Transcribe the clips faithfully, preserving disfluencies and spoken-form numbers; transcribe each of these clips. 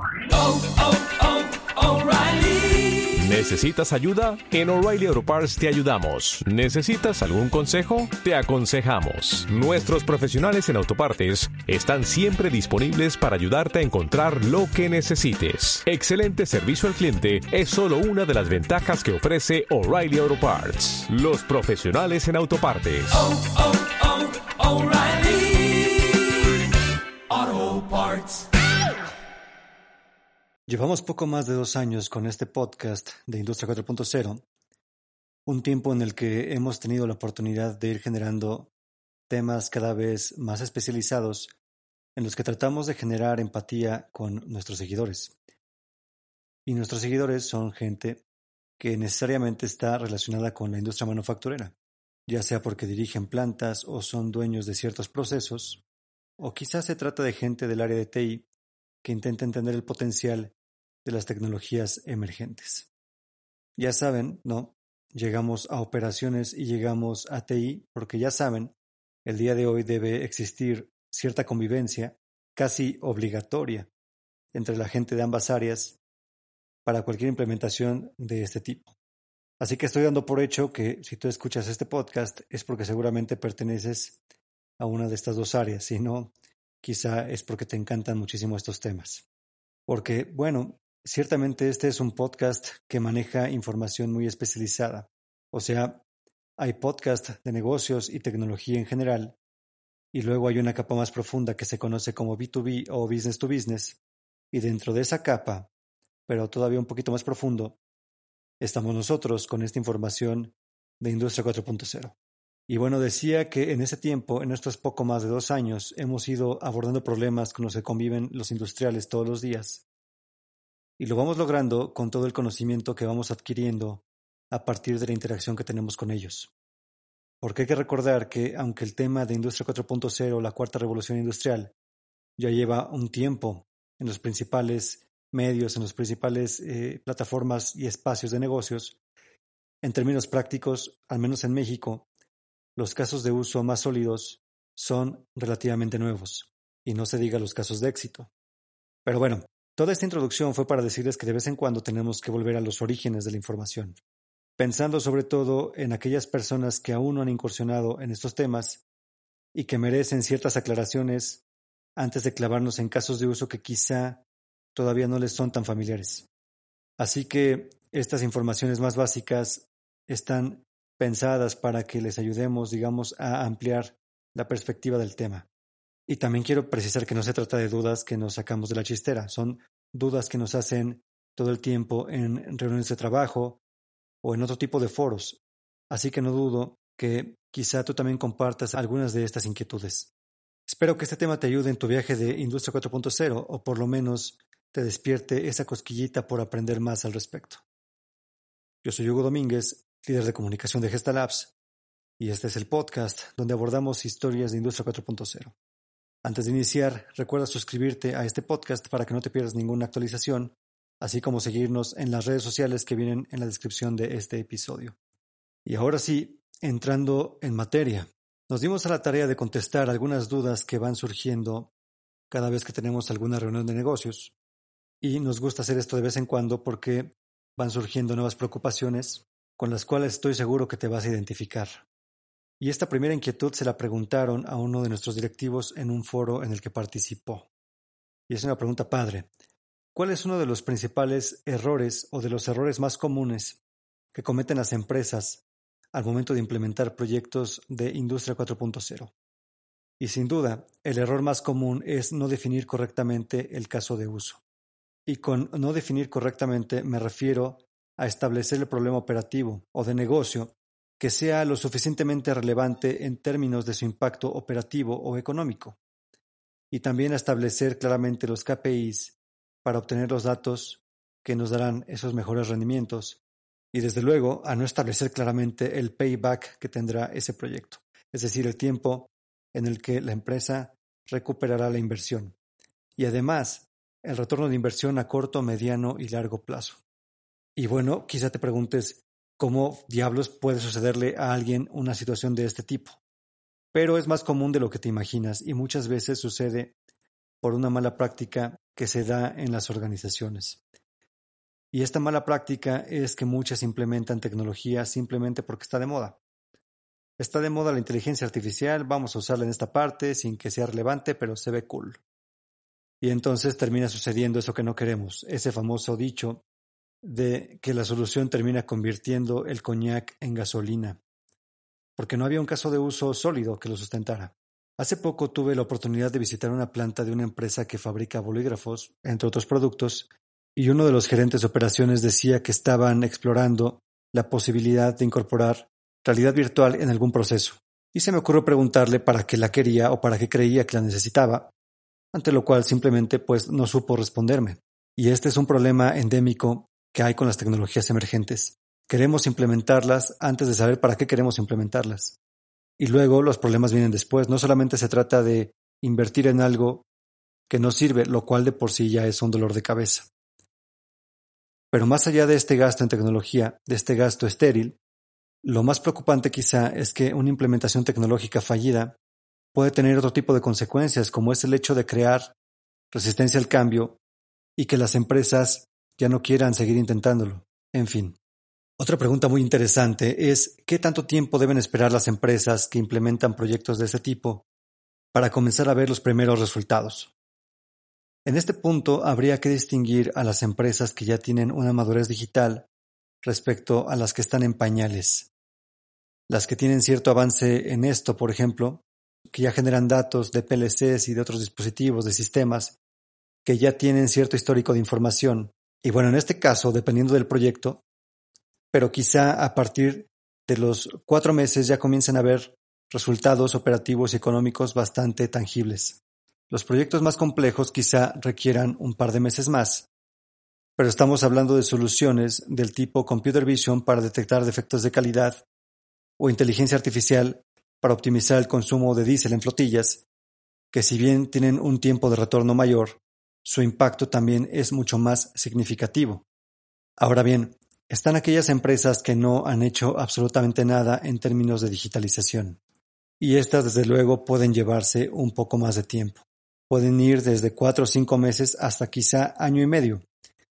Oh, oh, oh, O'Reilly. ¿Necesitas ayuda? En O'Reilly Auto Parts te ayudamos. ¿Necesitas algún consejo? Te aconsejamos. Nuestros profesionales en autopartes están siempre disponibles para ayudarte a encontrar lo que necesites. Excelente servicio al cliente es solo una de las ventajas que ofrece O'Reilly Auto Parts. Los profesionales en autopartes. Oh, oh, oh, O'Reilly Auto Parts. Llevamos poco más de dos años con este podcast de Industria cuatro punto cero, un tiempo en el que hemos tenido la oportunidad de ir generando temas cada vez más especializados en los que tratamos de generar empatía con nuestros seguidores. Y nuestros seguidores son gente que necesariamente está relacionada con la industria manufacturera, ya sea porque dirigen plantas o son dueños de ciertos procesos, o quizás se trata de gente del área de T I que intenta entender el potencial de las tecnologías emergentes. Ya saben, ¿no? Llegamos a operaciones y llegamos a T I porque ya saben, el día de hoy debe existir cierta convivencia casi obligatoria entre la gente de ambas áreas para cualquier implementación de este tipo. Así que estoy dando por hecho que si tú escuchas este podcast es porque seguramente perteneces a una de estas dos áreas, si no, quizá es porque te encantan muchísimo estos temas. Porque, bueno, ciertamente este es un podcast que maneja información muy especializada. O sea, hay podcast de negocios y tecnología en general, y luego hay una capa más profunda que se conoce como B dos B o Business to Business, y dentro de esa capa, pero todavía un poquito más profundo, estamos nosotros con esta información de Industria cuatro punto cero. Y bueno, decía que en ese tiempo, en estos poco más de dos años, hemos ido abordando problemas con los que conviven los industriales todos los días. Y lo vamos logrando con todo el conocimiento que vamos adquiriendo a partir de la interacción que tenemos con ellos. Porque hay que recordar que aunque el tema de Industria cuatro punto cero, la cuarta revolución industrial, ya lleva un tiempo en los principales medios, en las principales eh, plataformas y espacios de negocios, en términos prácticos, al menos en México, los casos de uso más sólidos son relativamente nuevos, y no se diga los casos de éxito. Pero bueno, toda esta introducción fue para decirles que de vez en cuando tenemos que volver a los orígenes de la información, pensando sobre todo en aquellas personas que aún no han incursionado en estos temas y que merecen ciertas aclaraciones antes de clavarnos en casos de uso que quizá todavía no les son tan familiares. Así que estas informaciones más básicas están pensadas para que les ayudemos, digamos, a ampliar la perspectiva del tema. Y también quiero precisar que no se trata de dudas que nos sacamos de la chistera, son dudas que nos hacen todo el tiempo en reuniones de trabajo o en otro tipo de foros. Así que no dudo que quizá tú también compartas algunas de estas inquietudes. Espero que este tema te ayude en tu viaje de Industria cuatro punto cero o por lo menos te despierte esa cosquillita por aprender más al respecto. Yo soy Hugo Domínguez, líder de comunicación de Gestalabs, y este es el podcast donde abordamos historias de Industria cuatro punto cero. Antes de iniciar, recuerda suscribirte a este podcast para que no te pierdas ninguna actualización, así como seguirnos en las redes sociales que vienen en la descripción de este episodio. Y ahora sí, entrando en materia, nos dimos a la tarea de contestar algunas dudas que van surgiendo cada vez que tenemos alguna reunión de negocios, y nos gusta hacer esto de vez en cuando porque van surgiendo nuevas preocupaciones con las cuales estoy seguro que te vas a identificar. Y esta primera inquietud se la preguntaron a uno de nuestros directivos en un foro en el que participó. Y es una pregunta padre. ¿Cuál es uno de los principales errores o de los errores más comunes que cometen las empresas al momento de implementar proyectos de Industria cuatro punto cero? Y sin duda, el error más común es no definir correctamente el caso de uso. Y con no definir correctamente me refiero a establecer el problema operativo o de negocio que sea lo suficientemente relevante en términos de su impacto operativo o económico. Y también a establecer claramente los K P Is para obtener los datos que nos darán esos mejores rendimientos. Y desde luego a no establecer claramente el payback que tendrá ese proyecto, es decir, el tiempo en el que la empresa recuperará la inversión. Y además, el retorno de inversión a corto, mediano y largo plazo. Y bueno, quizá te preguntes cómo diablos puede sucederle a alguien una situación de este tipo. Pero es más común de lo que te imaginas y muchas veces sucede por una mala práctica que se da en las organizaciones. Y esta mala práctica es que muchas implementan tecnología simplemente porque está de moda. Está de moda la inteligencia artificial, vamos a usarla en esta parte sin que sea relevante, pero se ve cool. Y entonces termina sucediendo eso que no queremos, ese famoso dicho de que la solución termina convirtiendo el coñac en gasolina, porque no había un caso de uso sólido que lo sustentara. Hace poco tuve la oportunidad de visitar una planta de una empresa que fabrica bolígrafos, entre otros productos, y uno de los gerentes de operaciones decía que estaban explorando la posibilidad de incorporar realidad virtual en algún proceso. Y se me ocurrió preguntarle para qué la quería o para qué creía que la necesitaba, ante lo cual simplemente pues no supo responderme. Y este es un problema endémico que hay con las tecnologías emergentes. Queremos implementarlas antes de saber para qué queremos implementarlas. Y luego los problemas vienen después. No solamente se trata de invertir en algo que no sirve, lo cual de por sí ya es un dolor de cabeza. Pero más allá de este gasto en tecnología, de este gasto estéril, lo más preocupante quizá es que una implementación tecnológica fallida puede tener otro tipo de consecuencias, como es el hecho de crear resistencia al cambio y que las empresas ya no quieran seguir intentándolo. En fin. Otra pregunta muy interesante es ¿qué tanto tiempo deben esperar las empresas que implementan proyectos de este tipo para comenzar a ver los primeros resultados? En este punto habría que distinguir a las empresas que ya tienen una madurez digital respecto a las que están en pañales. Las que tienen cierto avance en esto, por ejemplo, que ya generan datos de P L Cs y de otros dispositivos, de sistemas, que ya tienen cierto histórico de información. Y bueno, en este caso, dependiendo del proyecto, pero quizá a partir de los cuatro meses ya comiencen a ver resultados operativos y económicos bastante tangibles. Los proyectos más complejos quizá requieran un par de meses más, pero estamos hablando de soluciones del tipo Computer Vision para detectar defectos de calidad o inteligencia artificial para optimizar el consumo de diésel en flotillas, que si bien tienen un tiempo de retorno mayor, su impacto también es mucho más significativo. Ahora bien, están aquellas empresas que no han hecho absolutamente nada en términos de digitalización, y estas desde luego pueden llevarse un poco más de tiempo. Pueden ir desde cuatro o cinco meses hasta quizá año y medio.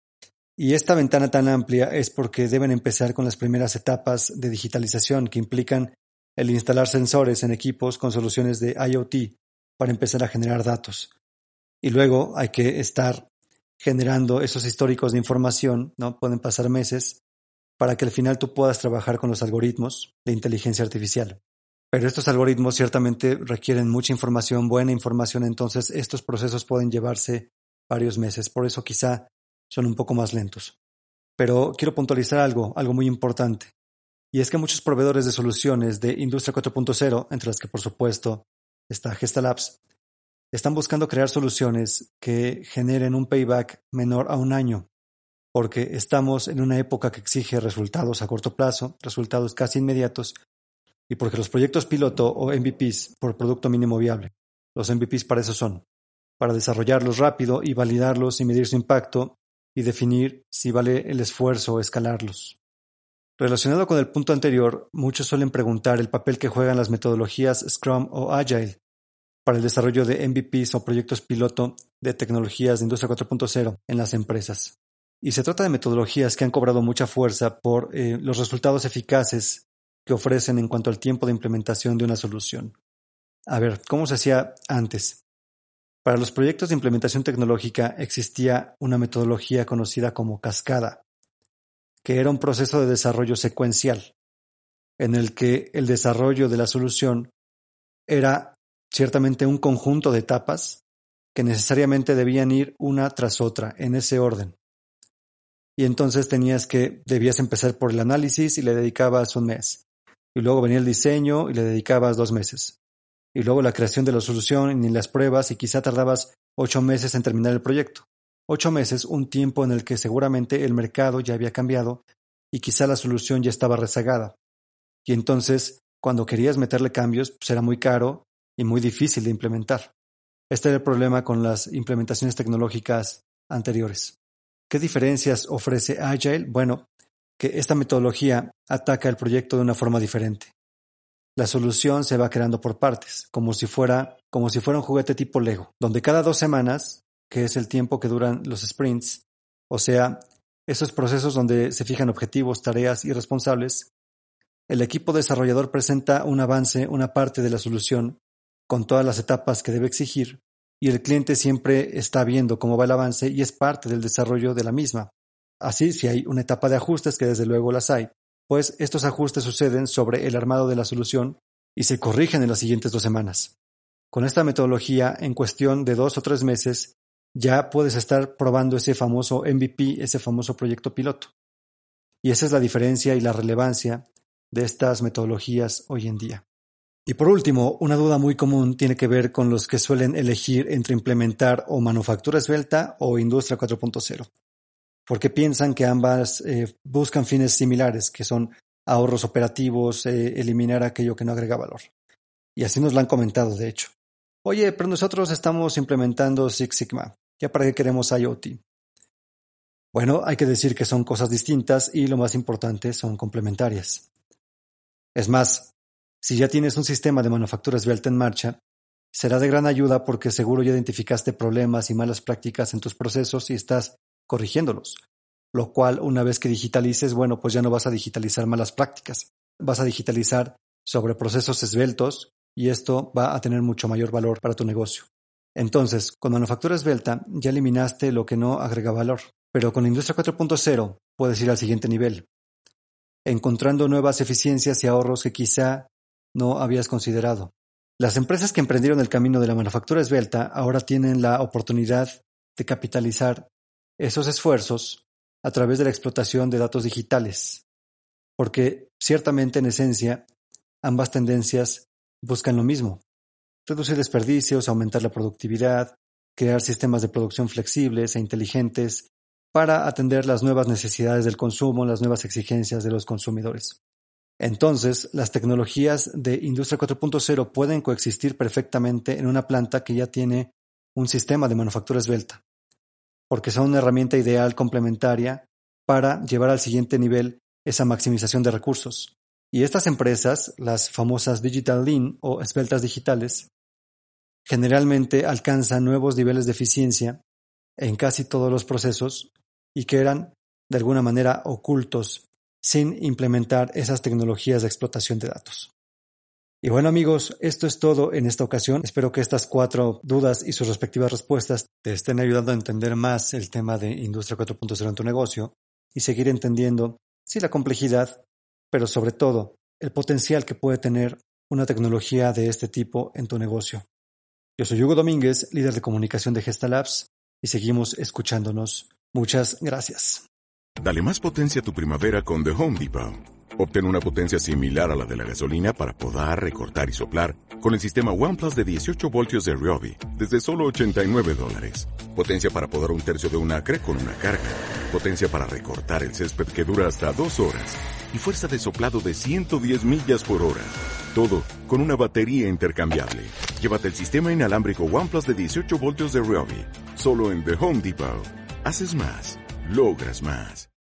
Y esta ventana tan amplia es porque deben empezar con las primeras etapas de digitalización que implican el instalar sensores en equipos con soluciones de I O T para empezar a generar datos. Y luego hay que estar generando esos históricos de información, ¿no? Pueden pasar meses para que al final tú puedas trabajar con los algoritmos de inteligencia artificial. Pero estos algoritmos ciertamente requieren mucha información, buena información, entonces estos procesos pueden llevarse varios meses, por eso quizá son un poco más lentos. Pero quiero puntualizar algo, algo muy importante, y es que muchos proveedores de soluciones de Industria cuatro punto cero, entre las que por supuesto está Gestalabs, están buscando crear soluciones que generen un payback menor a un año, porque estamos en una época que exige resultados a corto plazo, resultados casi inmediatos, y porque los proyectos piloto o M V Ps por producto mínimo viable, los M V Ps para eso son, para desarrollarlos rápido y validarlos y medir su impacto y definir si vale el esfuerzo escalarlos. Relacionado con el punto anterior, muchos suelen preguntar el papel que juegan las metodologías Scrum o Agile para el desarrollo de M V Ps o proyectos piloto de tecnologías de Industria cuatro punto cero en las empresas. Y se trata de metodologías que han cobrado mucha fuerza por eh, los resultados eficaces que ofrecen en cuanto al tiempo de implementación de una solución. A ver, ¿cómo se hacía antes? Para los proyectos de implementación tecnológica existía una metodología conocida como cascada, que era un proceso de desarrollo secuencial, en el que el desarrollo de la solución era ciertamente un conjunto de etapas que necesariamente debían ir una tras otra, en ese orden. Y entonces tenías que, debías empezar por el análisis y le dedicabas un mes. Y luego venía el diseño y le dedicabas dos meses. Y luego la creación de la solución y las pruebas y quizá tardabas ocho meses en terminar el proyecto. Ocho meses, un tiempo en el que seguramente el mercado ya había cambiado y quizá la solución ya estaba rezagada. Y entonces, cuando querías meterle cambios, pues era muy caro y muy difícil de implementar. Este era el problema con las implementaciones tecnológicas anteriores. ¿Qué diferencias ofrece Agile? Bueno, que esta metodología ataca el proyecto de una forma diferente. La solución se va creando por partes, como si fuera, como si fuera un juguete tipo Lego, donde cada dos semanas que es el tiempo que duran los sprints, o sea, esos procesos donde se fijan objetivos, tareas y responsables, el equipo desarrollador presenta un avance, una parte de la solución, con todas las etapas que debe exigir, y el cliente siempre está viendo cómo va el avance y es parte del desarrollo de la misma. Así, si hay una etapa de ajustes, que desde luego las hay, pues estos ajustes suceden sobre el armado de la solución y se corrigen en las siguientes dos semanas. Con esta metodología, en cuestión de dos o tres meses, ya puedes estar probando ese famoso M V P, ese famoso proyecto piloto. Y esa es la diferencia y la relevancia de estas metodologías hoy en día. Y por último, una duda muy común tiene que ver con los que suelen elegir entre implementar o manufactura esbelta o industria cuatro punto cero, porque piensan que ambas eh, buscan fines similares, que son ahorros operativos, eh, eliminar aquello que no agrega valor. Y así nos lo han comentado, de hecho. Oye, pero nosotros estamos implementando Six Sigma, ¿ya para qué queremos I O T? Bueno, hay que decir que son cosas distintas y lo más importante, son complementarias. Es más, si ya tienes un sistema de manufactura esbelta en marcha, será de gran ayuda porque seguro ya identificaste problemas y malas prácticas en tus procesos y estás corrigiéndolos. Lo cual, una vez que digitalices, bueno, pues ya no vas a digitalizar malas prácticas. Vas a digitalizar sobre procesos esbeltos y esto va a tener mucho mayor valor para tu negocio. Entonces, con manufactura esbelta ya eliminaste lo que no agrega valor, pero con industria cuatro punto cero puedes ir al siguiente nivel, encontrando nuevas eficiencias y ahorros que quizá no habías considerado. Las empresas que emprendieron el camino de la manufactura esbelta ahora tienen la oportunidad de capitalizar esos esfuerzos a través de la explotación de datos digitales, porque ciertamente en esencia ambas tendencias buscan lo mismo: reducir desperdicios, aumentar la productividad, crear sistemas de producción flexibles e inteligentes para atender las nuevas necesidades del consumo, las nuevas exigencias de los consumidores. Entonces, las tecnologías de industria cuatro punto cero pueden coexistir perfectamente en una planta que ya tiene un sistema de manufactura esbelta, porque son una herramienta ideal complementaria para llevar al siguiente nivel esa maximización de recursos. Y estas empresas, las famosas Digital Lean o esbeltas digitales, generalmente alcanzan nuevos niveles de eficiencia en casi todos los procesos y que eran de alguna manera ocultos sin implementar esas tecnologías de explotación de datos. Y bueno amigos, esto es todo en esta ocasión. Espero que estas cuatro dudas y sus respectivas respuestas te estén ayudando a entender más el tema de industria cuatro punto cero en tu negocio y seguir entendiendo, sí, la complejidad, pero sobre todo el potencial que puede tener una tecnología de este tipo en tu negocio. Yo soy Hugo Domínguez, líder de comunicación de Gestalabs, y seguimos escuchándonos. Muchas gracias. Dale más potencia a tu primavera con The Home Depot. Obtén una potencia similar a la de la gasolina para podar, recortar y soplar con el sistema OnePlus de dieciocho voltios de Ryobi desde solo ochenta y nueve dólares. Potencia para podar un tercio de un acre con una carga. Potencia para recortar el césped que dura hasta dos horas. Y fuerza de soplado de ciento diez millas por hora. Todo con una batería intercambiable. Llévate el sistema inalámbrico OnePlus de dieciocho voltios de Ryobi. Solo en The Home Depot. Haces más. Logras más.